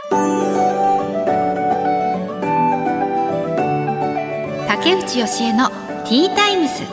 竹内義恵のティータイムス。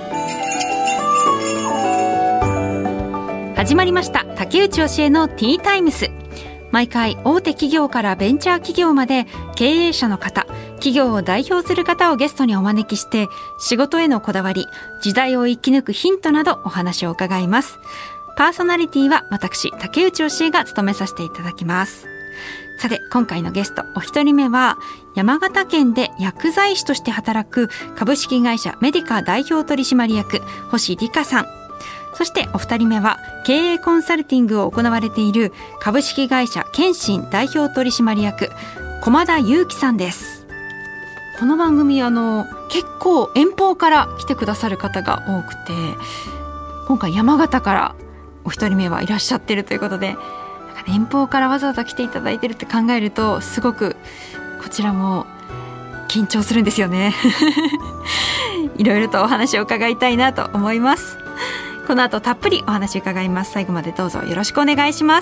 始まりました。竹内義恵のティータイムス。毎回大手企業からベンチャー企業まで経営者の方、企業を代表する方をゲストにお招きして、仕事へのこだわり、時代を生き抜くヒントなどお話を伺います。パーソナリティは私、竹内義恵が務めさせていただきます。さて、今回のゲストお一人目は、山形県で薬剤師として働く株式会社メディカ代表取締役星理香さん。そしてお二人目は、経営コンサルティングを行われている株式会社健信代表取締役駒田祐樹さんです。この番組結構遠方から来てくださる方が多くて、今回山形からお一人目はいらっしゃっているということで、遠方からわざわざ来ていただいているって考えると、すごくこちらも緊張するんですよねいろいろとお話を伺いたいなと思います。この後たっぷりお話伺います。最後までどうぞよろしくお願いします。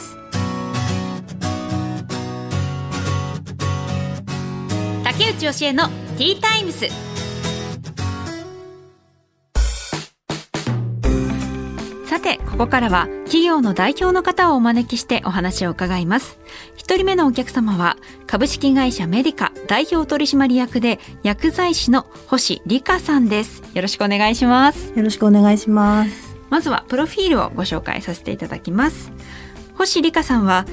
竹内義恵のティータイムス。さて、ここからは企業の代表の方をお招きしてお話を伺います。一人目のお客様は、株式会社メディカ代表取締役で薬剤師の星理香さんです。よろしくお願いします。 よろしくお願いします。 まずはプロフィールをご紹介させていただきます。星理香さんは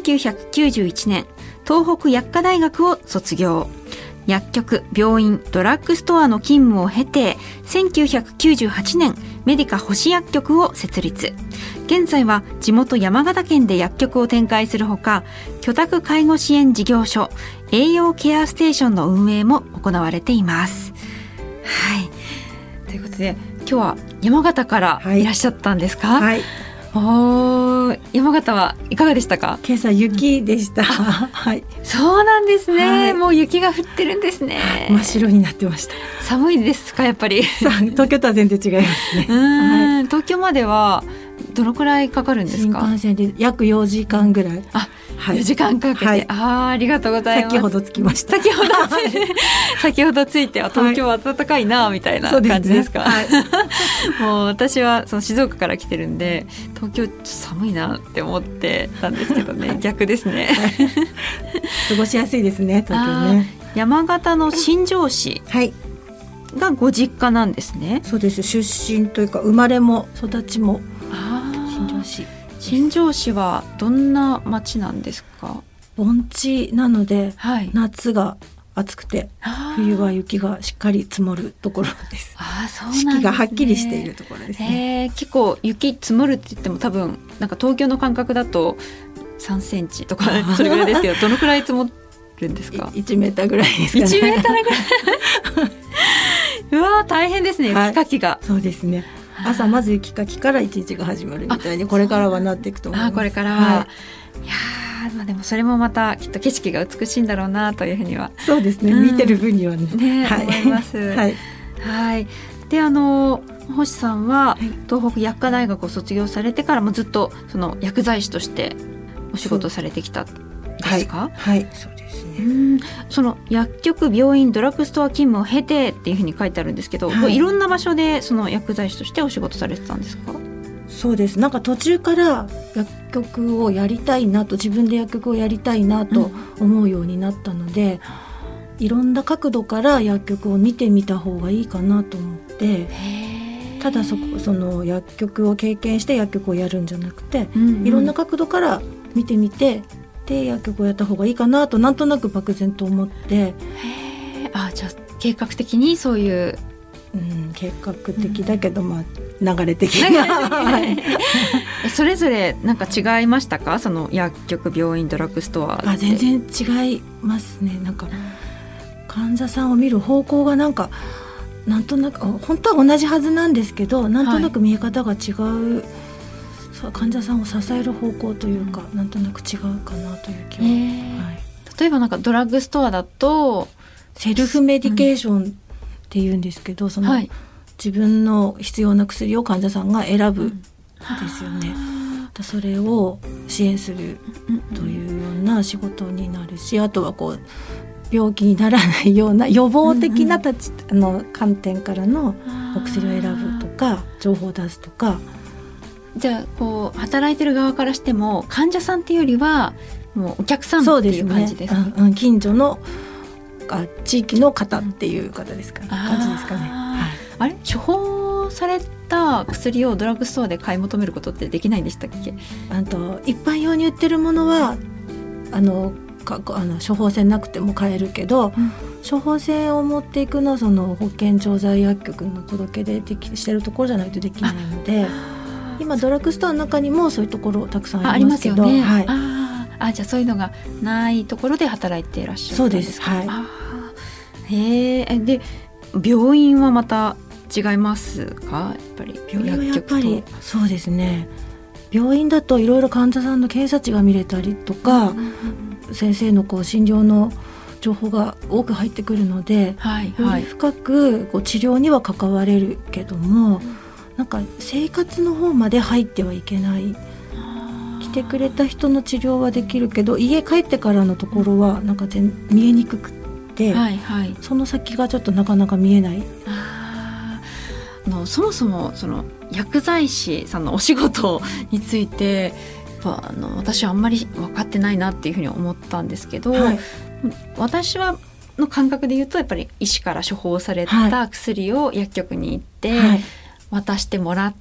1991年東北薬科大学を卒業。薬局、病院、ドラッグストアの勤務を経て、1998年メディカ星薬局を設立。現在は地元山形県で薬局を展開するほか、居宅介護支援事業所、栄養ケアステーションの運営も行われています。はい、ということで今日は山形からいらっしゃったんですか？ はい、 山形はいかがでしたか？ 今朝雪でした。はい、 そうなんですね、 はい、 もう雪が降ってるんですね。 真っ白になってました。 寒いですか？やっぱり東京とは全然違いますね。 はい、東京まではどのくらいかかるんですか？ 新幹線で約4時間ぐらい。 はい、4時間かけて、はい、ありがとうございます。 先ほど着きました。 先ほど着いて、東京は暖かいなみたいな感じですか？ はい、 もう私はその静岡から来てるんで、東京ちょっと寒いなって思ってたんですけどね、逆ですね。 過ごしやすいですね、東京ね。 山形の新庄市がご実家なんですね。 そうです。出身というか生まれも育ちも新庄市。 新庄市はどんな町なんですか？ 盆地なので、 はい、 夏が暑くて冬は雪がしっかり積もるところです。 そうなんですね。 四季がはっきりしているところですね。 結構雪積もるって言っても多分なんか東京の感覚だと3センチとかそれぐらいですけど、どのくらい積もるんですか ？1メーターぐらいですかね。 1メーターぐらいうわー大変ですね、雪かきが。 そうですね。朝まず雪かきから一日が始まるみたいにこれからはなっていくと思います。 これからは、いやでもそれもまたきっと景色が美しいんだろうなというふうには。 そうですね、見てる分には ね、 思います。はい、で星さんは東北薬科大学を卒業されてからもずっとその薬剤師としてお仕事されてきたんですか？はい、そうですね。その薬局、病院、ドラッグストア勤務を経てっていうふうに書いてあるんですけど、いろんな場所でその薬剤師としてお仕事されてたんですか？ そうです。なんか途中から薬局をやりたいなと、自分で薬局をやりたいなと思うようになったので、いろんな角度から薬局を見てみた方がいいかなと思って、ただその薬局を経験して薬局をやるんじゃなくて、いろんな角度から見てみて、で薬局をやった方がいいかなとなんとなく漠然と思って。 じゃあ計画的にそういう、 計画的だけど、流れ的なそれぞれなんか違いましたか？その薬局、病院、ドラッグストア。 全然違いますね。なんか患者さんを見る方向がなんとなく本当は同じはずなんですけど、なんとなく見え方が違う、患者さんを支える方向というか、なんとなく違うかなという気は、 例えばなんかドラッグストアだとセルフメディケーションっていうんですけど、その、自分の必要な薬を患者さんが選ぶんですよね。 それを支援するというような仕事になるし、あとはこう病気にならないような予防的な観点からのお薬を選ぶとか情報を出すとか。 じゃあこう働いてる側からしても患者さんっていうよりはもうお客さんっていう感じですか？ そうですね、近所の地域の方っていう方ですかね、感じですかね。はい、 あれ処方された薬をドラッグストアで買い求めることってできないんでしたっけ？ 一般用に売ってるものは処方箋なくても買えるけど、処方箋を持っていくのはその保健調剤薬局の届け出してるところじゃないとできないので、今ドラッグストアの中にもそういうところたくさんありますけど、 ありますよね。じゃあそういうのがないところで働いていらっしゃるんですか？そうです。へえ。で病院はまた違いますか？やっぱり病院はやっぱりそうですね。病院だといろいろ患者さんの検査値が見れたりとか、先生の診療の情報が多く入ってくるので、より深く治療には関われるけども、なんか生活の方まで入ってはいけない。来てくれた人の治療はできるけど、家帰ってからのところはなんか見えにくくて、その先がちょっとなかなか見えない。 そもそもその薬剤師さんのお仕事について私はあんまり分かってないなっていうふうに思ったんですけど、私の感覚で言うとやっぱり医師から処方された薬を薬局に行って渡してもらって、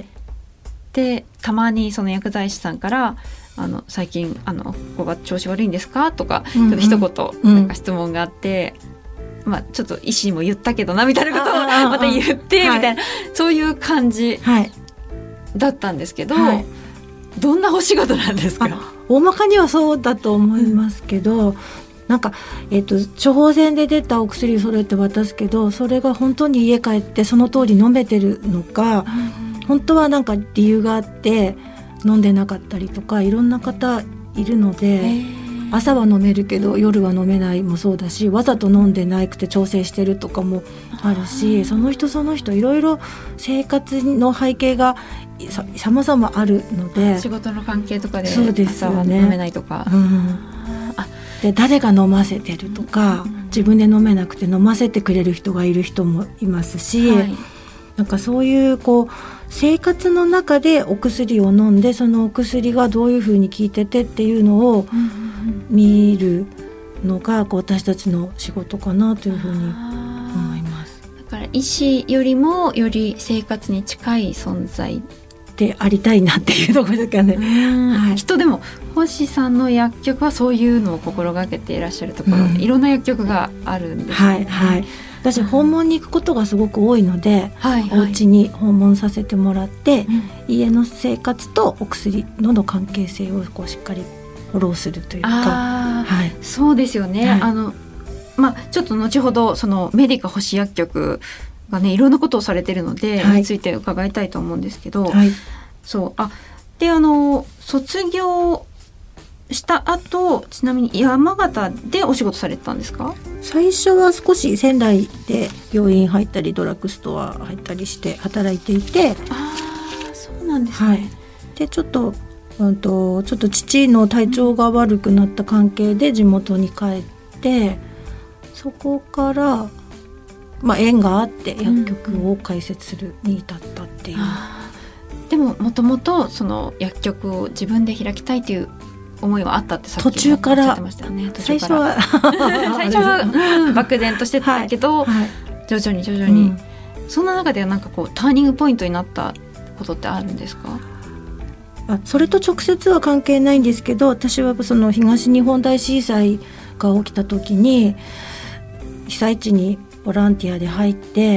でたまにその薬剤師さんから最近ここが調子悪いんですかとか、ちょっと一言なんか質問があって、ちょっと医師にも言ったけどなみたいなことをまた言ってみたいな、そういう感じだったんですけど、どんなお仕事なんですか？ 大まかにはそうだと思いますけど、なんか、処方箋で出たお薬をそれって渡すけど、それが本当に家帰ってその通り飲めてるのか、本当はなんか理由があって飲んでなかったりとか、いろんな方いるので、朝は飲めるけど夜は飲めないもそうだし、わざと飲んでなくて調整してるとかもあるし、その人その人いろいろ生活の背景が様々あるので、 仕事の関係とかで朝は飲めないとか、 で誰が飲ませてるとか、自分で飲めなくて飲ませてくれる人がいる人もいますし、なんかそういう生活の中でお薬を飲んで、そのお薬がどういうふうに効いててっていうのを見るのが私たちの仕事かなというふうに思います。 だから医師よりもより生活に近い存在でありたいなっていうところですかね。 きっとでも星さんの薬局はそういうのを心がけていらっしゃるところ、いろんな薬局があるんですね。 私訪問に行くことがすごく多いので、お家に訪問させてもらって、家の生活とお薬の関係性をしっかりフォローするというか。 そうですよね。ちょっと後ほどそのメディカ星薬局がね、いろんなことをされているので、について伺いたいと思うんですけど、で卒業した後、ちなみに山形でお仕事されてたんですか？ 最初は少し仙台で病院入ったりドラッグストア入ったりして働いていて、 そうなんですね。 でちょっと父の体調が悪くなった関係で地元に帰って、そこから縁があって薬局を開設するに至ったっていう。 でももともとその薬局を自分で開きたいという思いはあったってさっきもおっしゃってましたよね。 最初は漠然としてたけど、徐々に、そんな中でなんかターニングポイントになったことってあるんですか？ それと直接は関係ないんですけど、私はその東日本大震災が起きた時に被災地にボランティアで入って、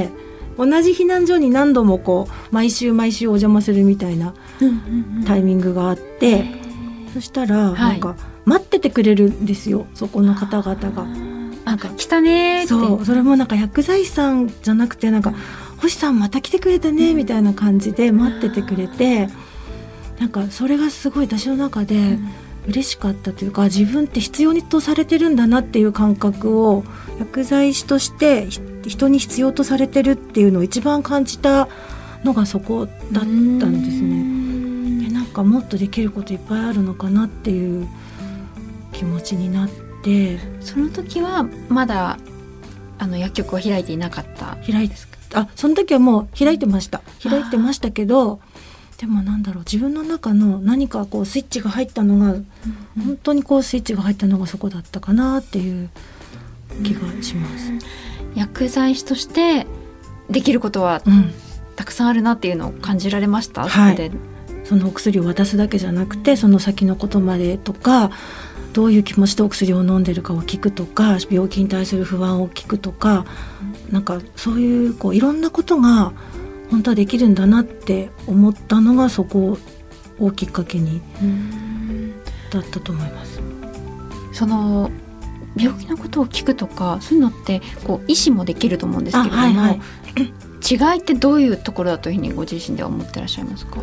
同じ避難所に何度も毎週お邪魔するみたいなタイミングがあって、そしたらなんか待っててくれるんですよ、そこの方々が。 なんか来たねって。 それもなんか薬剤師さんじゃなくて、なんか星さんまた来てくれたねみたいな感じで待っててくれて、なんかそれがすごい私の中で嬉しかったというか、自分って必要とされてるんだなっていう感覚を、薬剤師として人に必要とされてるっていうのを一番感じたのがそこだったんですね。でなんかもっとできることいっぱいあるのかなっていう気持ちになって。 その時はまだ薬局は開いていなかったですか？ その時はもう開いてましたけど、でもなんだろう、自分の中の何かこうスイッチが入ったのが、本当にこうスイッチが入ったのがそこだったかなっていう気がします。 薬剤師としてできることはたくさんあるなっていうのを感じられました？ はい、そのお薬を渡すだけじゃなくて、その先のことまでとか、どういう気持ちでお薬を飲んでるかを聞くとか、病気に対する不安を聞くとか、なんかそういう、いろんなことが本当はできるんだなって思ったのがそこをきっかけにだったと思います。 その病気のことを聞くとか、そういうのって医師もできると思うんですけれども、違いってどういうところだというふうにご自身では思ってらっしゃいますか？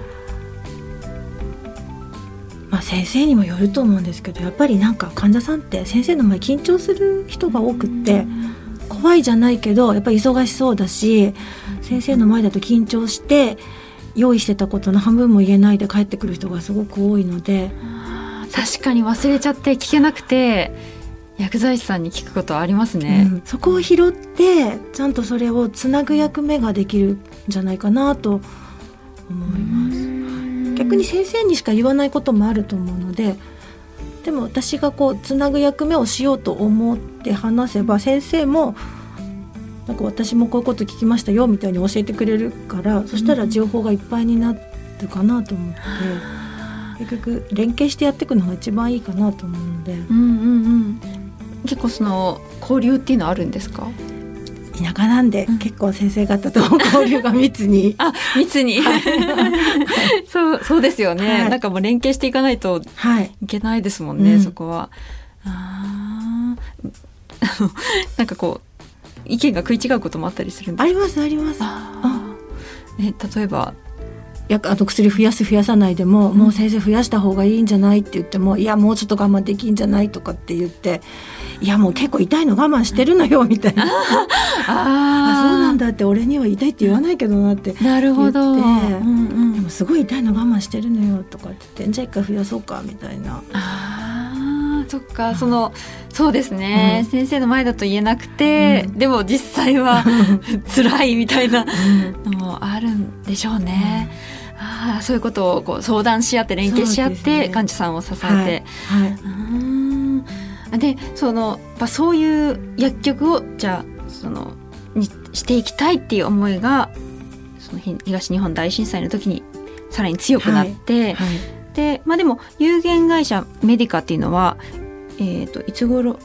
先生にもよると思うんですけど、やっぱりなんか患者さんって先生の前緊張する人が多くって、怖いじゃないけどやっぱり忙しそうだし、先生の前だと緊張して用意してたことの半分も言えないで帰ってくる人がすごく多いので。 確かに忘れちゃって聞けなくて薬剤師さんに聞くことはありますね。 そこを拾ってちゃんとそれをつなぐ役目ができるんじゃないかなと思います。逆に先生にしか言わないこともあると思うので、でも私がつなぐ役目をしようと思って話せば、先生もなんか私もこういうこと聞きましたよみたいに教えてくれるから、そしたら情報がいっぱいになるかなと思って、結局連携してやっていくのが一番いいかなと思うので。 結構その交流っていうのはあるんですか？ 田舎なんで、結構先生方と交流が密に密にそうですよね、なんかもう連携していかないといけないですもんね、そこは。なんか意見が食い違うこともあったりするんですか？ ありますあります。 例えば薬増やす増やさないでも、もう先生増やした方がいいんじゃないって言っても、いやもうちょっと我慢できんじゃないとかって言って、いやもう結構痛いの我慢してるのよみたいなそうなんだって、俺には痛いって言わないけどなって言って、 なるほど、 でもすごい痛いの我慢してるのよとかって言って、じゃあ一回増やそうかみたいな。 そっか、そうですね、先生の前だと言えなくて、でも実際は辛いみたいなのもあるんでしょうね。そういうことを相談し合って連携し合って患者さんを支えて、でそういう薬局をじゃあにしていきたいっていう思いがその東日本大震災の時にさらに強くなって、でも有限会社メディカっていうのは、いつ頃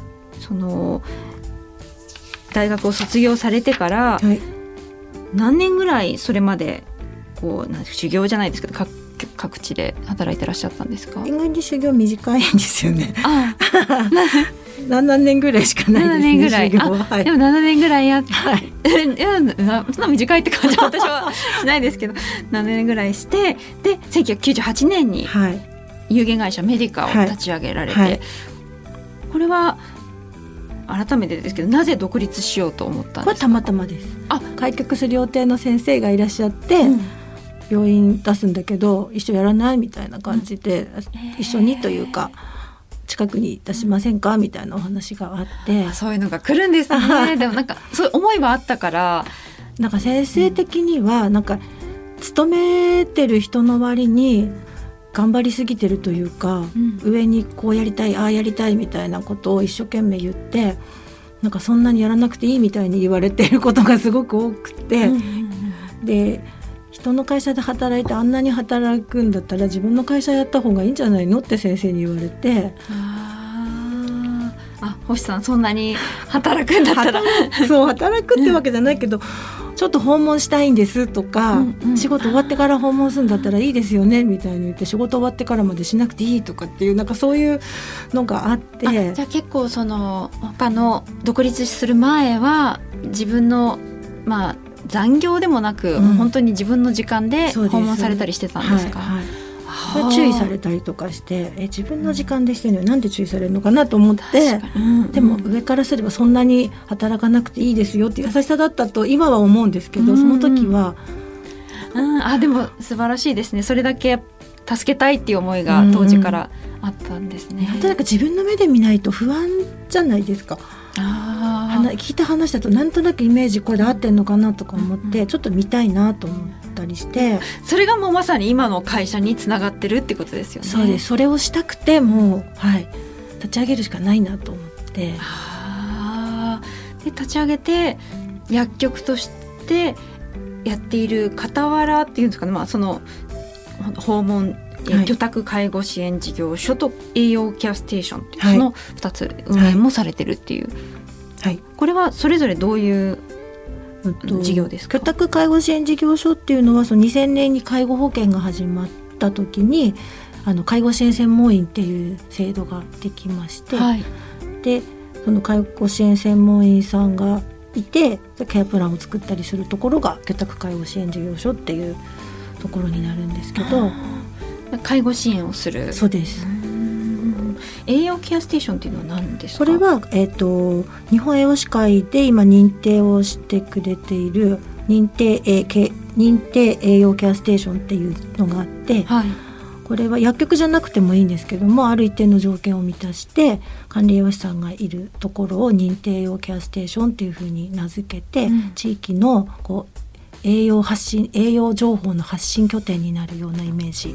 大学を卒業されてから、何年ぐらいそれまで修行じゃないですけど各地で働いてらっしゃったんですか？ 意外に修行短いんですよね。7年ぐらいしかないですね。7年ぐらい、でも 7年ぐらいやって、いやそんな短いって感じは私はしないですけど7年ぐらいして、で1998年に有限会社メディカを立ち上げられて、これは改めてですけど、なぜ独立しようと思ったんですか？ これたまたまです。開局する予定の先生がいらっしゃって、病院出すんだけど一緒やらないみたいな感じで、一緒にというか近くに出しませんかみたいなお話があって、 そういうのが来るんですね。でもなんかそういう思いはあったから、 なんか先生的にはなんか勤めてる人の割に頑張りすぎてるというか、上にこうやりたいああやりたいみたいなことを一生懸命言って、なんかそんなにやらなくていいみたいに言われていることがすごく多くて、で人の会社で働いてあんなに働くんだったら自分の会社やった方がいいんじゃないのって先生に言われて、 星さんそんなに働くんだったらそう働くってわけじゃないけど、ちょっと訪問したいんですとか、仕事終わってから訪問するんだったらいいですよねみたいに言って、仕事終わってからまでしなくていいとかっていう、なんかそういうのがあって、 じゃあ結構他の独立する前は自分の残業でもなく、本当に自分の時間で訪問されたりしてたんですか？ 注意されたりとかして、自分の時間でしてるのになんで注意されるのかなと思って、でも上からすればそんなに働かなくていいですよって優しさだったと今は思うんですけど、その時はでも素晴らしいですね。それだけやっ助けたいっていう思いが当時からあったんですね。 なんとなく自分の目で見ないと不安じゃないですか。聞いた話だとなんとなくイメージこれで合ってんのかなとか思って、ちょっと見たいなと思ったりして、 それがもうまさに今の会社につながってるってことですよね。 そうです。それをしたくてもう、立ち上げるしかないなと思って、 で立ち上げて薬局としてやっている傍らっていうんですかね、その訪問居宅介護支援事業所と栄養ケアステーションっていう、その2つ運営もされてるっていう、これはそれぞれどういう事業ですか？ 居宅介護支援事業所っていうのはその2000年に介護保険が始まった時に介護支援専門員っていう制度ができまして、でその介護支援専門員さんがいてケアプランを作ったりするところが居宅介護支援事業所っていうところになるんですけど、 介護支援をする。 そうです。 栄養ケアステーションっていうのは何ですか？ これは、日本栄養士会で今認定をしてくれている認定栄養ケアステーションっていうのがあって、これは薬局じゃなくてもいいんですけども、ある一定の条件を満たして管理栄養士さんがいるところを認定栄養ケアステーションっていうふうに名付けて、地域の栄養情報の発信拠点になるようなイメージ。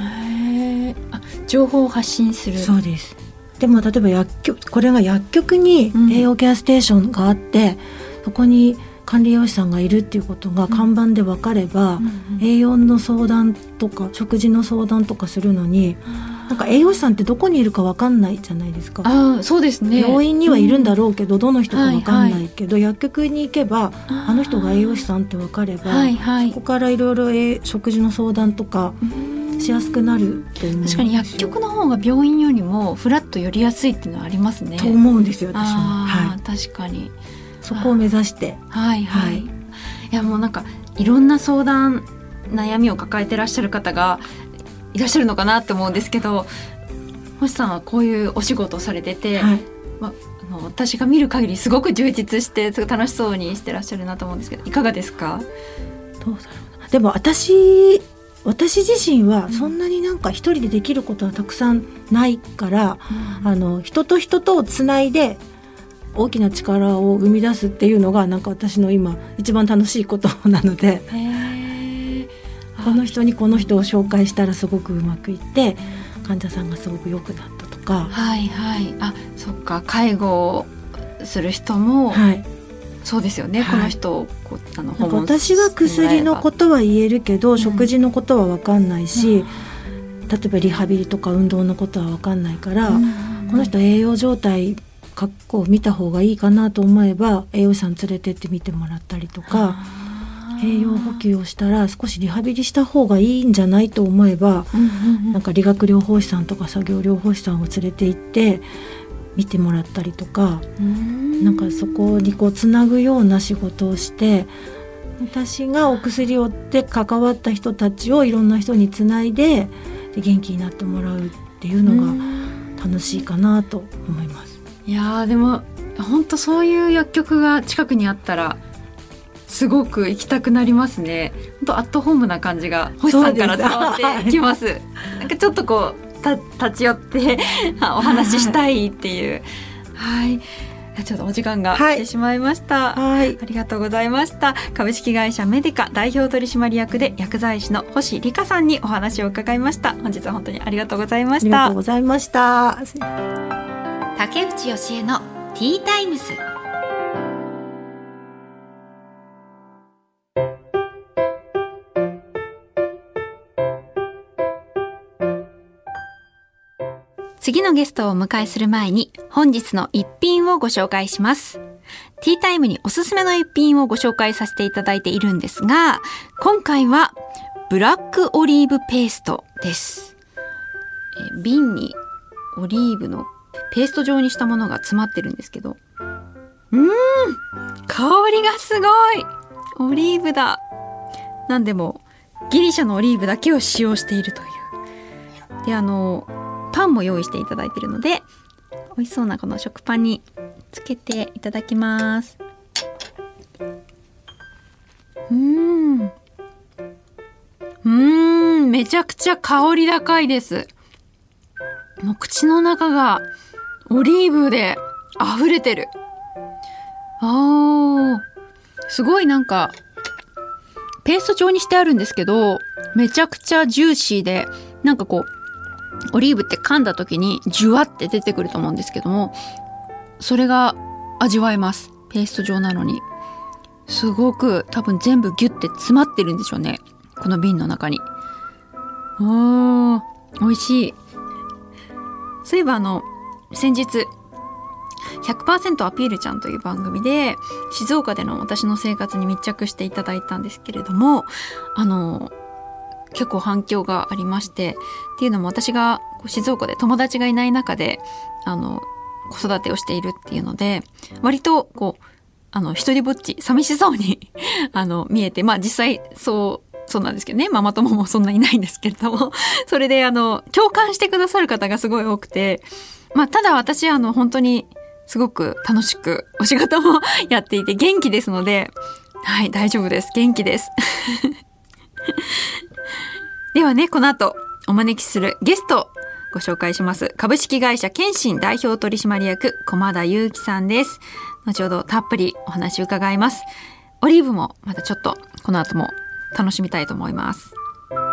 情報を発信する。 そうです。でも例えばこれが薬局に栄養ケアステーションがあって、そこに管理栄養士さんがいるっていうことが看板で分かれば、栄養の相談とか食事の相談とかするのに、なんか栄養士さんってどこにいるか分かんないじゃないですか。 そうですね。 病院にはいるんだろうけど、どの人か分かんないけど、薬局に行けばあの人が栄養士さんって分かれば、そこからいろいろ食事の相談とかしやすくなると思うんですよ。 確かに薬局の方が病院よりもフラッと寄りやすいっていうのはありますね。 と思うんですよ、私も。 確かにそこを目指して。 いやもうなんかいろんな相談悩みを抱えてらっしゃる方がいらっしゃるのかなって思うんですけど、星さんはこういうお仕事をされてて、私が見る限りすごく充実してすごい楽しそうにしてらっしゃるなと思うんですけど、いかがですか？ どうだろうな。でも私自身はそんなになんか一人でできることはたくさんないから、人と人とをつないで大きな力を生み出すっていうのがなんか私の今一番楽しいことなので、この人にこの人を紹介したらすごくうまくいって患者さんがすごく良くなったとか。 そっか、介護する人も、そうですよね。この人を訪問私は薬のことは言えるけど、食事のことは分かんないし、例えばリハビリとか運動のことは分かんないから、この人栄養状態を見た方がいいかなと思えば栄養士さん連れてって見てもらったりとか、栄養補給をしたら少しリハビリした方がいいんじゃないと思えば、なんか理学療法士さんとか作業療法士さんを連れて行って見てもらったりとか、なんかそこにつなぐような仕事をして、私がお薬をで関わった人たちをいろんな人につないで、元気になってもらうっていうのが楽しいかなと思います。 いやでも本当そういう薬局が近くにあったらすごく行きたくなりますね。本当アットホームな感じが星さんから伝わってきます。なんかちょっと立ち寄ってお話ししたいっていう。ちょっとお時間が来てしまいました。ありがとうございました。株式会社メディカ代表取締役で薬剤師の星理香さんにお話を伺いました。本日は本当にありがとうございました。 ありがとうございました。 竹内義恵のティータイムス。次のゲストをお迎えする前に本日の一品をご紹介します。ティータイムにおすすめの一品をご紹介させていただいているんですが、今回はブラックオリーブペーストです。瓶にオリーブのペースト状にしたものが詰まってるんですけど、香りがすごい。オリーブだ。なんでもギリシャのオリーブだけを使用しているという。でパンも用意していただいているので、美味しそうなこの食パンにつけていただきます。めめちゃくちゃ香り高いです。もう口の中がオリーブで溢れてる。すごいなんかペースト状にしてあるんですけど、めちゃくちゃジューシーで、なんかこうオリーブって噛んだ時にジュワって出てくると思うんですけども、それが味わえます。ペースト状なのにすごく多分全部ギュッて詰まってるんでしょうね、この瓶の中に。美味しい。そういえば先日 100% アピールちゃんという番組で静岡での私の生活に密着していただいたんですけれども、結構反響がありまして、っていうのも私が静岡で友達がいない中で子育てをしているっていうので、割と一人ぼっち寂しそうに見えて、実際そうなんですけどね、ママ友もそんないないんですけれども、それで共感してくださる方がすごい多くて、ただ私本当にすごく楽しくお仕事もやっていて元気ですので、はい、大丈夫です。元気ですではね、この後お招きするゲストご紹介します。株式会社健心代表取締役駒田祐樹さんです。後ほどたっぷりお話を伺います。オリーブもまたちょっとこの後も楽しみたいと思います。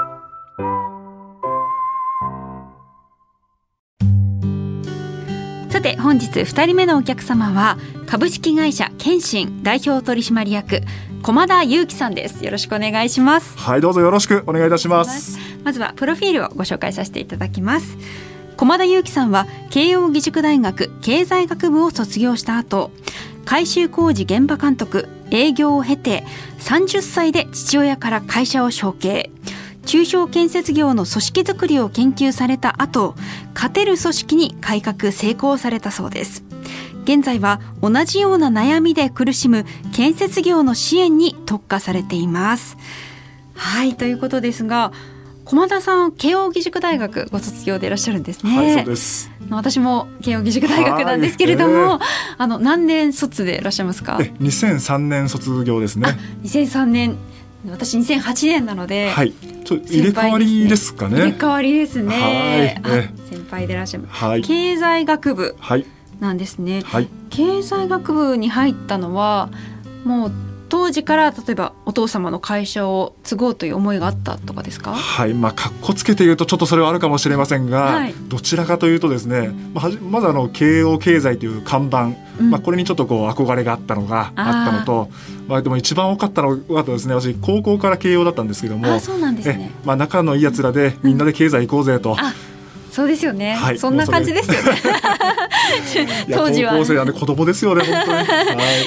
さて本日2人目のお客様は株式会社健心代表取締役駒田祐樹さんです。よろしくお願いします。 はい、どうぞよろしくお願いいたします。 まずはプロフィールをご紹介させていただきます。駒田祐樹さんは慶應義塾大学経済学部を卒業した後、改修工事現場監督営業を経て30歳で父親から会社を承継、中小建設業の組織づくりを研究された後、勝てる組織に改革成功されたそうです。現在は同じような悩みで苦しむ建設業の支援に特化されています。はい、ということですが、駒田さん慶應義塾大学ご卒業でいらっしゃるんですね。 はい、そうです。 私も慶應義塾大学なんですけれども、何年卒でいらっしゃいますか ？2003年卒業ですね。 2003年、私2008年なので、 はい、入れ替わりですかね。 入れ替わりですね。 はい、 先輩でいらっしゃいます。 はい、 経済学部なんですね。 はい、 経済学部に入ったのはもう当時から例えばお父様の会社を継ごうという思いがあったとかですか？はい、 かっこつけて言うとちょっとそれはあるかもしれませんが、はい、どちらかというとですね、まず慶応経済という看板、これにちょっと憧れがあったのがあったのと、でも一番多かったのはですね、私高校から慶応だったんですけども、 そうなんですね。 仲のいいやつらでみんなで経済行こうぜと、 そうですよね、はい、そんな感じですよね当時は高校生なんで子供ですよね本当に、はい、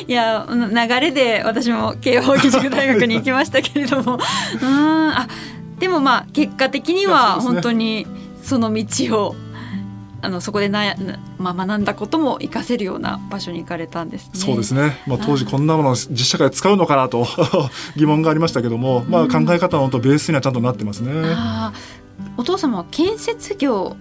いや流れで私も慶應義塾大学に行きましたけれどもでも結果的には本当にその道をそこで学んだことも活かせるような場所に行かれたんですね。 そうですね、当時こんなものを実社会で使うのかなと疑問がありましたけども、考え方のベースにはちゃんとなってますね。 お父様は建設業、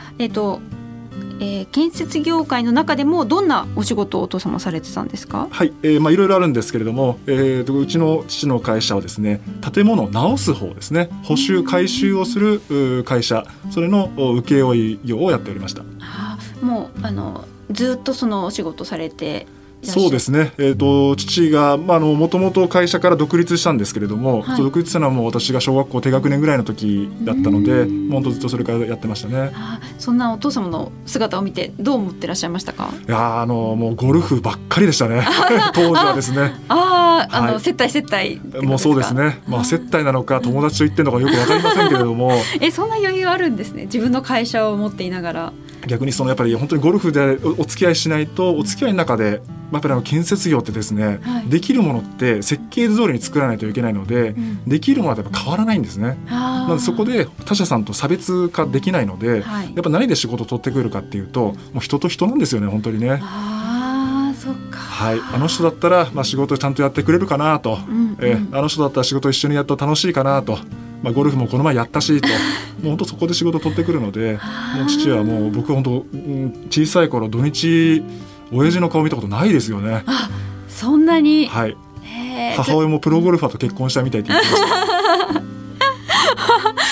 建設業界の中でもどんなお仕事をお父様されてたんですか？はい、 いろいろあるんですけれども、うちの父の会社はですね、建物を直す方ですね、補修改修をする会社、それの請負業をやっておりました。 もうずっとそのお仕事されてそうですね、父がもともと会社から独立したんですけれども、独立したのはもう私が小学校低学年ぐらいの時だったので、本当ずっとそれからやってましたね。 そんなお父様の姿を見てどう思ってらっしゃいましたか？ いやもうゴルフばっかりでしたね当時はですね。 接待もうそうですね、接待なのか友達と言ってるのかよく分かりませんけれどもそんな余裕あるんですね、自分の会社を持っていながら。 逆にやっぱり本当にゴルフでお付き合いしないと、お付き合いの中でやっぱり建設業ってですね、できるものって設計図通りに作らないといけないので、できるものはやっぱ変わらないんですね。なのでそこで他社さんと差別化できないので、やっぱ何で仕事を取ってくるかっていうと、もう人と人なんですよね本当にね。 そっか。 はい、あの人だったら仕事をちゃんとやってくれるかなと、あの人だったら仕事一緒にやると楽しいかなと、ゴルフもこの前やったしともう本当そこで仕事を取ってくるので、もう父はもう僕本当小さい頃土日親父の顔見たことないですよね。 そんなに。 はい、母親もプロゴルファーと結婚したみたいって言ってました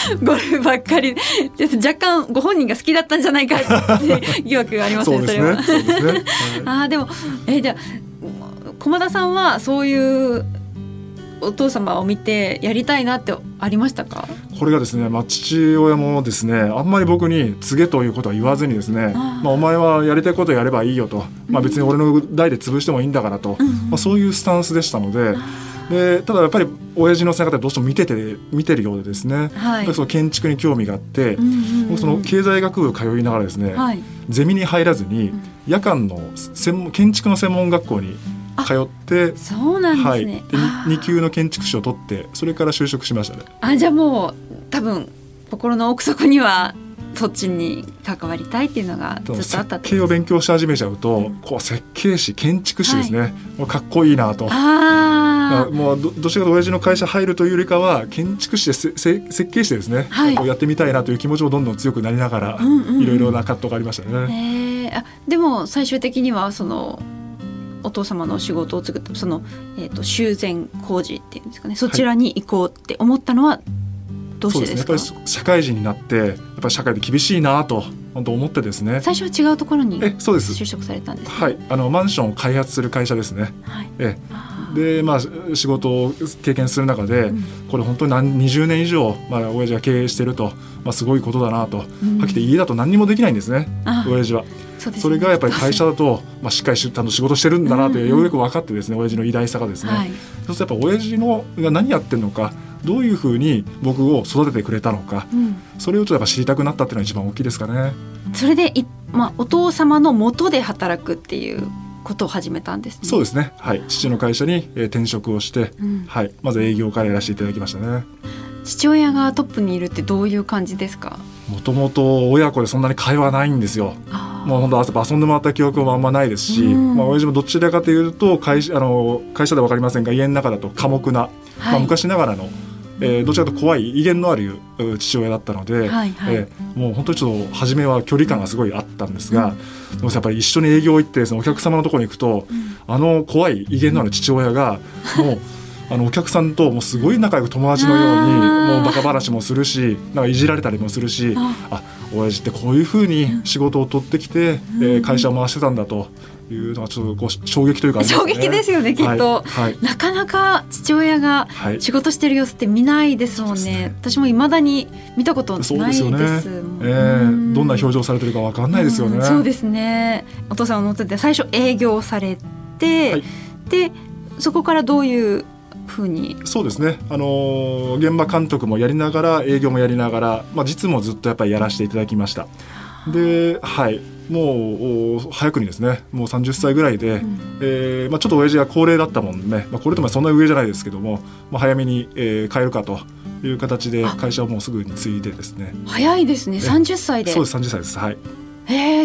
ゴルフばっかり若干ご本人が好きだったんじゃないかって疑惑がありますね。 そうですね。そうですね。 はい、でもじゃあ駒田さんはそういうお父様を見てやりたいなってありましたか？ これがですね、父親もですね、あんまり僕に告げということは言わずにですね、お前はやりたいことやればいいよと、別に俺の代で潰してもいいんだからと、そういうスタンスでしたので、ただやっぱり親父の背中でどうしても見てるようでですね、その建築に興味があって、その経済学部通いながらですね、ゼミに入らずに夜間の建築の専門学校に通って、 そうなんですね。 で2級の建築士を取って、それから就職しましたね。 じゃあもう多分心の奥底にはそっちに関わりたいっていうのがずっとあったってことです。設計を勉強し始めちゃうと、設計士建築士ですね、もうかっこいいなと。もうどちらかと親父の会社入るというよりかは建築士で設計士でですね、やってみたいなという気持ちもどんどん強くなりながら、いろいろな葛藤がありましたね。 でも最終的にはそのお父様の仕事を作ったその、修繕工事っていうんですかね、そちらに行こうって思ったのはどうしてですか？ そうですね、やっぱり社会人になってやっぱり社会で厳しいなと本当思ってですね。 最初は違うところに就職されたんですね。 はい、マンションを開発する会社ですね。で仕事を経験する中で、これ本当に20年以上、親父が経営してると、すごいことだなと、はっきり家だと何にもできないんですね、親父は。それがやっぱり会社だと、しっかり仕事してるんだなとようやく分かってですね、親父の偉大さがですね、そうするとやっぱ親父が何やってるのか、どういうふうに僕を育ててくれたのか、それをちょっとやっぱ知りたくなったっていうのが一番大きいですかね。 それでお父様の下で働くっていうことを始めたんですね。 そうですね、父の会社に転職をして、まず営業からやらせていただきましたね。 父親がトップにいるってどういう感じですか？もともと親子でそんなに会話ないんですよ。もう本当遊んでもらった記憶もあんまないですし、親父もどちらかというと会社では分かりませんが、家の中だと寡黙な、昔ながらのどちらかと怖い威厳のある父親だったので、もう本当にちょっと初めは距離感がすごいあったんですが、でもやっぱり一緒に営業行ってですね、お客様のところに行くと、怖い威厳のある父親がもうお客さんともうすごい仲良く友達のようにもうバカ話もするし、なんかいじられたりもするし、親父ってこういうふうに仕事を取ってきて、会社を回してたんだというのはちょっと衝撃というか、 衝撃ですよね、きっと。なかなか父親が仕事してる様子って見ないですもんね。私も未だに見たことないです。そうですよね。 どんな表情されてるか分かんないですよね。 そうですね。お父さんの下で最初営業されて、でそこからどういうふうに。 そうですね、現場監督もやりながら営業もやりながら、実務をずっとやっぱりやらせていただきました。で、もう早くにですね、もう30歳ぐらいで、ちょっと親父が高齢だったもんね、これともそんな上じゃないですけども、早めに、変えるかという形で会社をもうすぐに継いでですね。 早いですね、30歳で。 そうです、30歳です。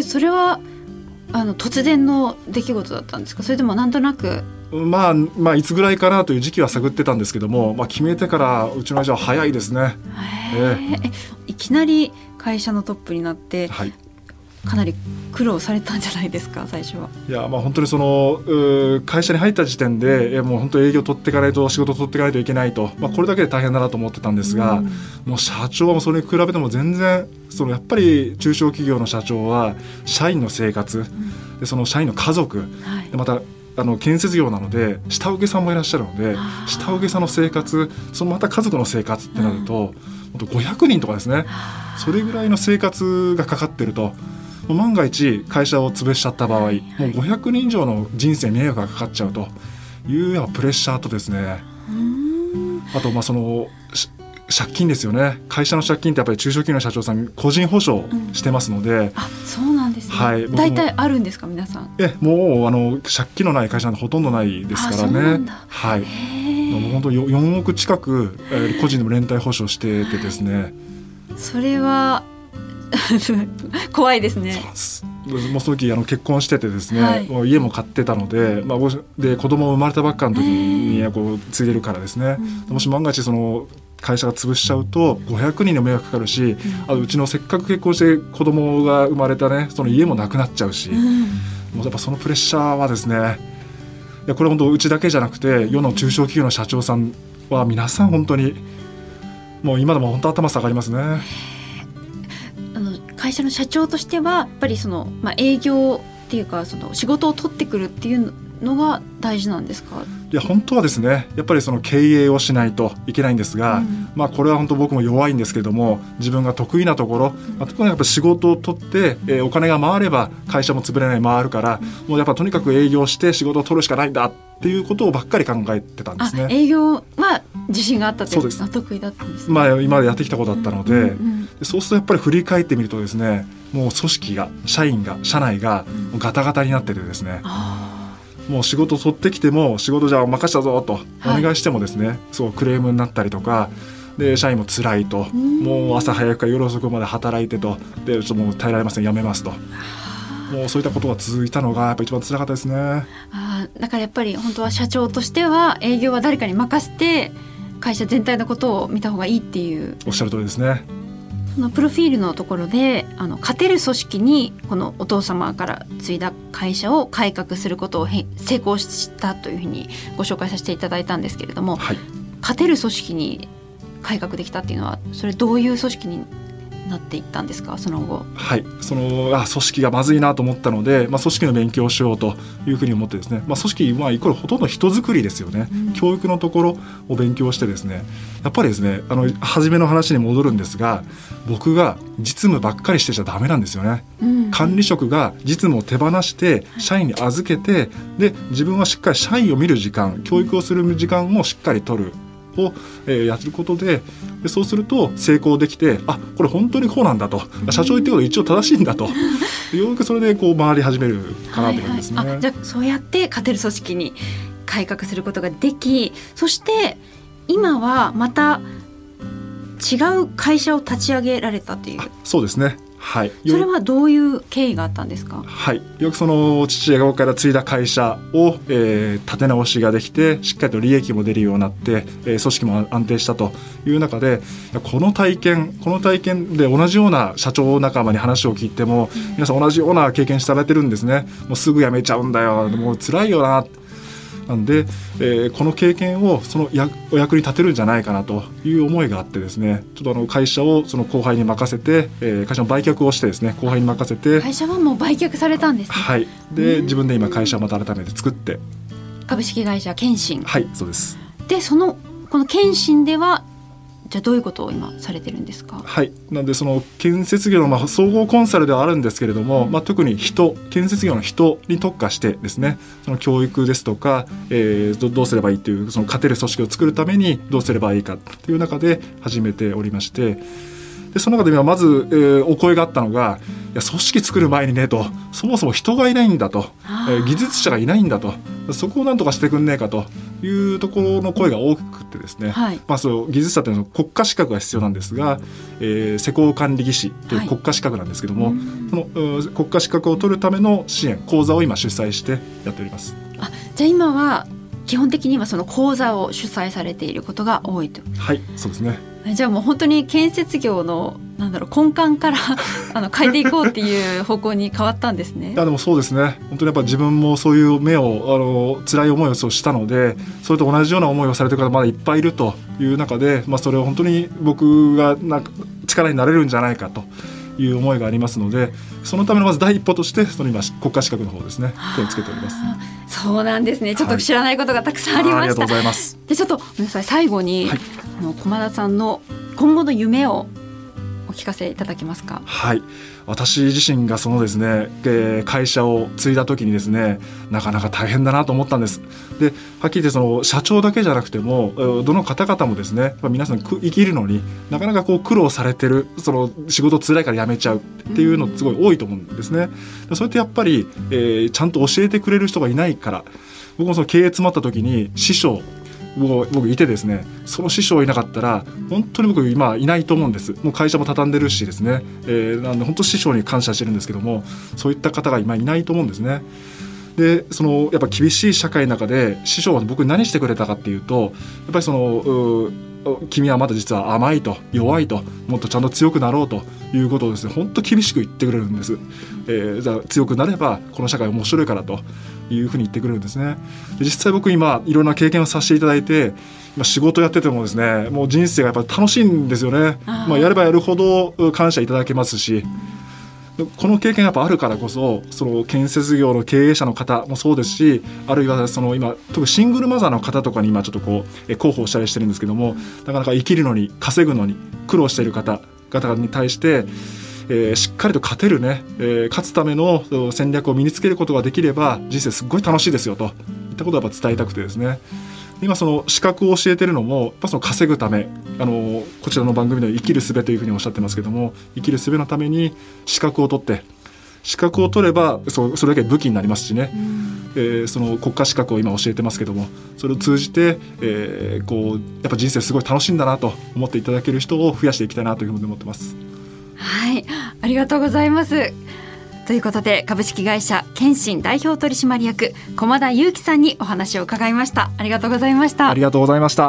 それは突然の出来事だったんですか？それともなんとなく。 いつぐらいかなという時期は探ってたんですけども、決めてからうちの親父は早いですね。 いきなり会社のトップになって、かなり苦労されたんじゃないですか、最初は。 いや、本当にその会社に入った時点でもう本当営業取っていかないと、仕事取っていかないといけないと、これだけで大変だなと思ってたんですが、もう社長はそれに比べても全然やっぱり中小企業の社長は社員の生活、でその社員の家族、でまた建設業なので下請けさんもいらっしゃるので、下請けさんの生活、そのまた家族の生活ってなると、500人とかですね、それぐらいの生活がかかってると、万が一会社を潰しちゃった場合、もう500人以上の人生に迷惑がかかっちゃうというプレッシャーとですね、あとその借金ですよね。会社の借金ってやっぱり中小企業の社長さん個人保証してますので、そうなんですね。 大体あるんですか、皆さん。 もう借金のない会社なんてほとんどないですからね。もう本当4億近く個人でも連帯保証しててですね、 それは怖いですね。 もうその時結婚しててですね、もう家も買ってたので、で子供生まれたばっかの時に継いでるからですね、もし万が一その会社が潰しちゃうと500人の迷惑かかるし、うちのせっかく結婚して子供が生まれたね、その家もなくなっちゃうし、もうやっぱそのプレッシャーはですね、これ本当うちだけじゃなくて世の中小企業の社長さんは皆さん本当にもう今でも本当頭下がりますね。 会社の社長としてはやっぱり営業っていうか仕事を取ってくるっていうのが大事なんですか？ いや本当はですねやっぱり経営をしないといけないんですが、これは本当僕も弱いんですけれども、自分が得意なところ、特にやっぱ仕事を取って、お金が回れば会社も潰れない回るから、もうやっぱとにかく営業して仕事を取るしかないんだっていうことをばっかり考えてたんですね。 営業は自信があったというか得意だったんですね。 今までやってきたことだったので、そうするとやっぱり振り返ってみるとですね、もう組織が社員が社内がガタガタになっててですね、もう仕事取ってきても仕事じゃあ任せたぞとお願いしてもですね、そうクレームになったりとかで、社員も辛いと、もう朝早くから夜遅くまで働いてと、でちょっともう耐えられません、辞めますと、もうそういったことが続いたのがやっぱり一番辛かったですね。 だからやっぱり本当は社長としては営業は誰かに任せて会社全体のことを見た方がいいっていう。 おっしゃる通りですね。 そのプロフィールのところで勝てる組織にこのお父様から継いだ会社を改革することを成功したというふうにご紹介させていただいたんですけれども、勝てる組織に改革できたっていうのはそれどういう組織になっていったんですか、その後？ 組織がまずいなと思ったので、組織の勉強をしようというふうに思ってですね、組織イコールほとんど人づくりですよね、教育のところを勉強してですね、やっぱりですね初めの話に戻るんですが、僕が実務ばっかりしてちゃダメなんですよね、管理職が実務を手放して社員に預けて、で自分はしっかり社員を見る時間、教育をする時間をしっかり取るをやることで、そうすると成功できて、これ本当にこうなんだと、社長言ってること一応正しいんだとようやくそれで回り始めるかなと思いますね。 じゃあそうやって勝てる組織に改革することができ、そして今はまた違う会社を立ち上げられたという。 そうですね。 それはどういう経緯があったんですか？ よく父親から継いだ会社を、立て直しができて、しっかりと利益も出るようになって、組織も安定したという中で、この体験で同じような社長仲間に話を聞いても、皆さん同じような経験されてるんですね。もうすぐ辞めちゃうんだよ、もう辛いよな。なんで、この経験をお役に立てるんじゃないかなという思いがあってですね、ちょっと会社を後輩に任せて、会社の売却をしてですね、後輩に任せて。 会社はもう売却されたんですね。 で自分で今会社をまた改めて作って、 株式会社謙信。 そうです。 でこの謙信ではじゃあどういうことを今されてるんですか？ なんで建設業の総合コンサルではあるんですけれども、特に建設業の人に特化してですね、その教育ですとか、どうすればいいという、勝てる組織を作るためにどうすればいいかという中で始めておりまして、でその中でまず、お声があったのが、いや組織作る前にねと、そもそも人がいないんだと、技術者がいないんだと、そこをなんとかしてくんねえかというところの声が大きくてですね、技術者というのは国家資格が必要なんですが、施工管理技師という国家資格なんですけども、その国家資格を取るための支援講座を今主催してやっております。 じゃあ今は基本的にはその講座を主催されていることが多いと。 そうですね。 じゃあもう本当に建設業の根幹から変えていこうっていう方向に変わったんですね。 でもそうですね。本当にやっぱ自分もそういう辛い思いをしたので、それと同じような思いをされてる方まだいっぱいいるという中で、それを本当に僕が力になれるんじゃないかという思いがありますので、そのためのまず第一歩として今国家資格の方ですね、手をつけております。 そうなんですね。ちょっと知らないことがたくさんありました。 ありがとうございます。 でちょっとごめんなさい、最後に、駒田さんの今後の夢をお聞かせいただけますか？ 私自身がですね、会社を継いだ時にですね、なかなか大変だなと思ったんです。ではっきり言って社長だけじゃなくてもどの方々もですね、皆さん生きるのになかなか苦労されてる、仕事辛いから辞めちゃうっていうのすごい多いと思うんですね。それってやっぱり、ちゃんと教えてくれる人がいないから。僕も経営詰まった時に師匠僕いてですね、その師匠いなかったら本当に僕今いないと思うんです。もう会社も畳んでるしですね、なんで本当師匠に感謝してるんですけども、そういった方が今いないと思うんですね。でやっぱ厳しい社会の中で師匠は僕に何してくれたかっていうと、やっぱり君はまだ実は甘いと、弱いと、もっとちゃんと強くなろうということをですね、本当厳しく言ってくれるんです。じゃあ強くなればこの社会面白いからというふうに言ってくれるんですね。で実際僕今いろんな経験をさせていただいて、仕事やっててもですね、もう人生がやっぱり楽しいんですよね。やればやるほど感謝いただけますし、この経験がやっぱあるからこそ、その建設業の経営者の方もそうですし、あるいはその今特にシングルマザーの方とかに今ちょっとこう広報したりしてるんですけども、なかなか生きるのに稼ぐのに苦労している方々に対して、しっかりと勝てるね、勝つための戦略を身につけることができれば人生すっごい楽しいですよといったことをやっぱ伝えたくてですね、今その資格を教えてるのもやっぱその稼ぐため、こちらの番組では生きる術というふうにおっしゃってますけども、生きる術のために資格を取って、資格を取ればそれだけ武器になりますしね、その国家資格を今教えてますけども、それを通じて、こうやっぱ人生すごい楽しいんだなと思っていただける人を増やしていきたいなというふうに思ってます。 はい、ありがとうございます。ということで株式会社建信代表取締役駒田裕樹さんにお話を伺いました。ありがとうございました。 ありがとうございました。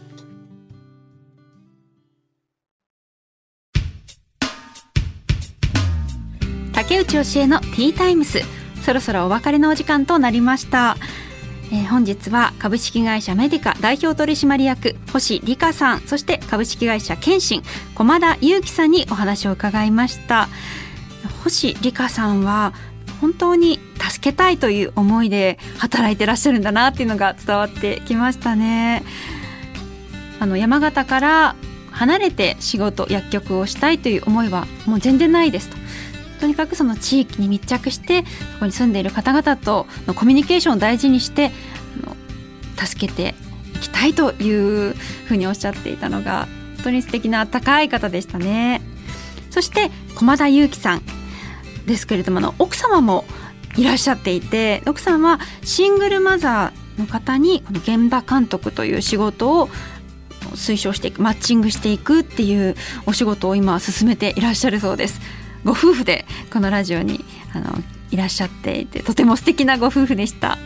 竹内教えのティータイムス、そろそろお別れのお時間となりました。本日は株式会社メディカ代表取締役星理香さん、そして株式会社建信駒田裕樹さんにお話を伺いました。星理香さんは本当に助けたいという思いで働いてらっしゃるんだなっていうのが伝わってきましたね。山形から離れて仕事、薬局をしたいという思いはもう全然ないですと。とにかくその地域に密着してそこに住んでいる方々とのコミュニケーションを大事にして助けていきたいというふうにおっしゃっていたのが本当に素敵な温かい方でしたね。そして駒田裕樹さんですけれども、奥様もいらっしゃっていて、奥様はシングルマザーの方にこの現場監督という仕事を推奨していく、マッチングしていくっていうお仕事を今進めていらっしゃるそうです。ご夫婦でこのラジオにいらっしゃっていて、とても素敵なご夫婦でした、はい、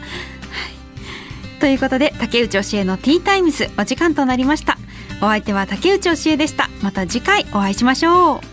ということで竹内教えのティータイムスお時間となりました。お相手は竹内教えでした。また次回お会いしましょう。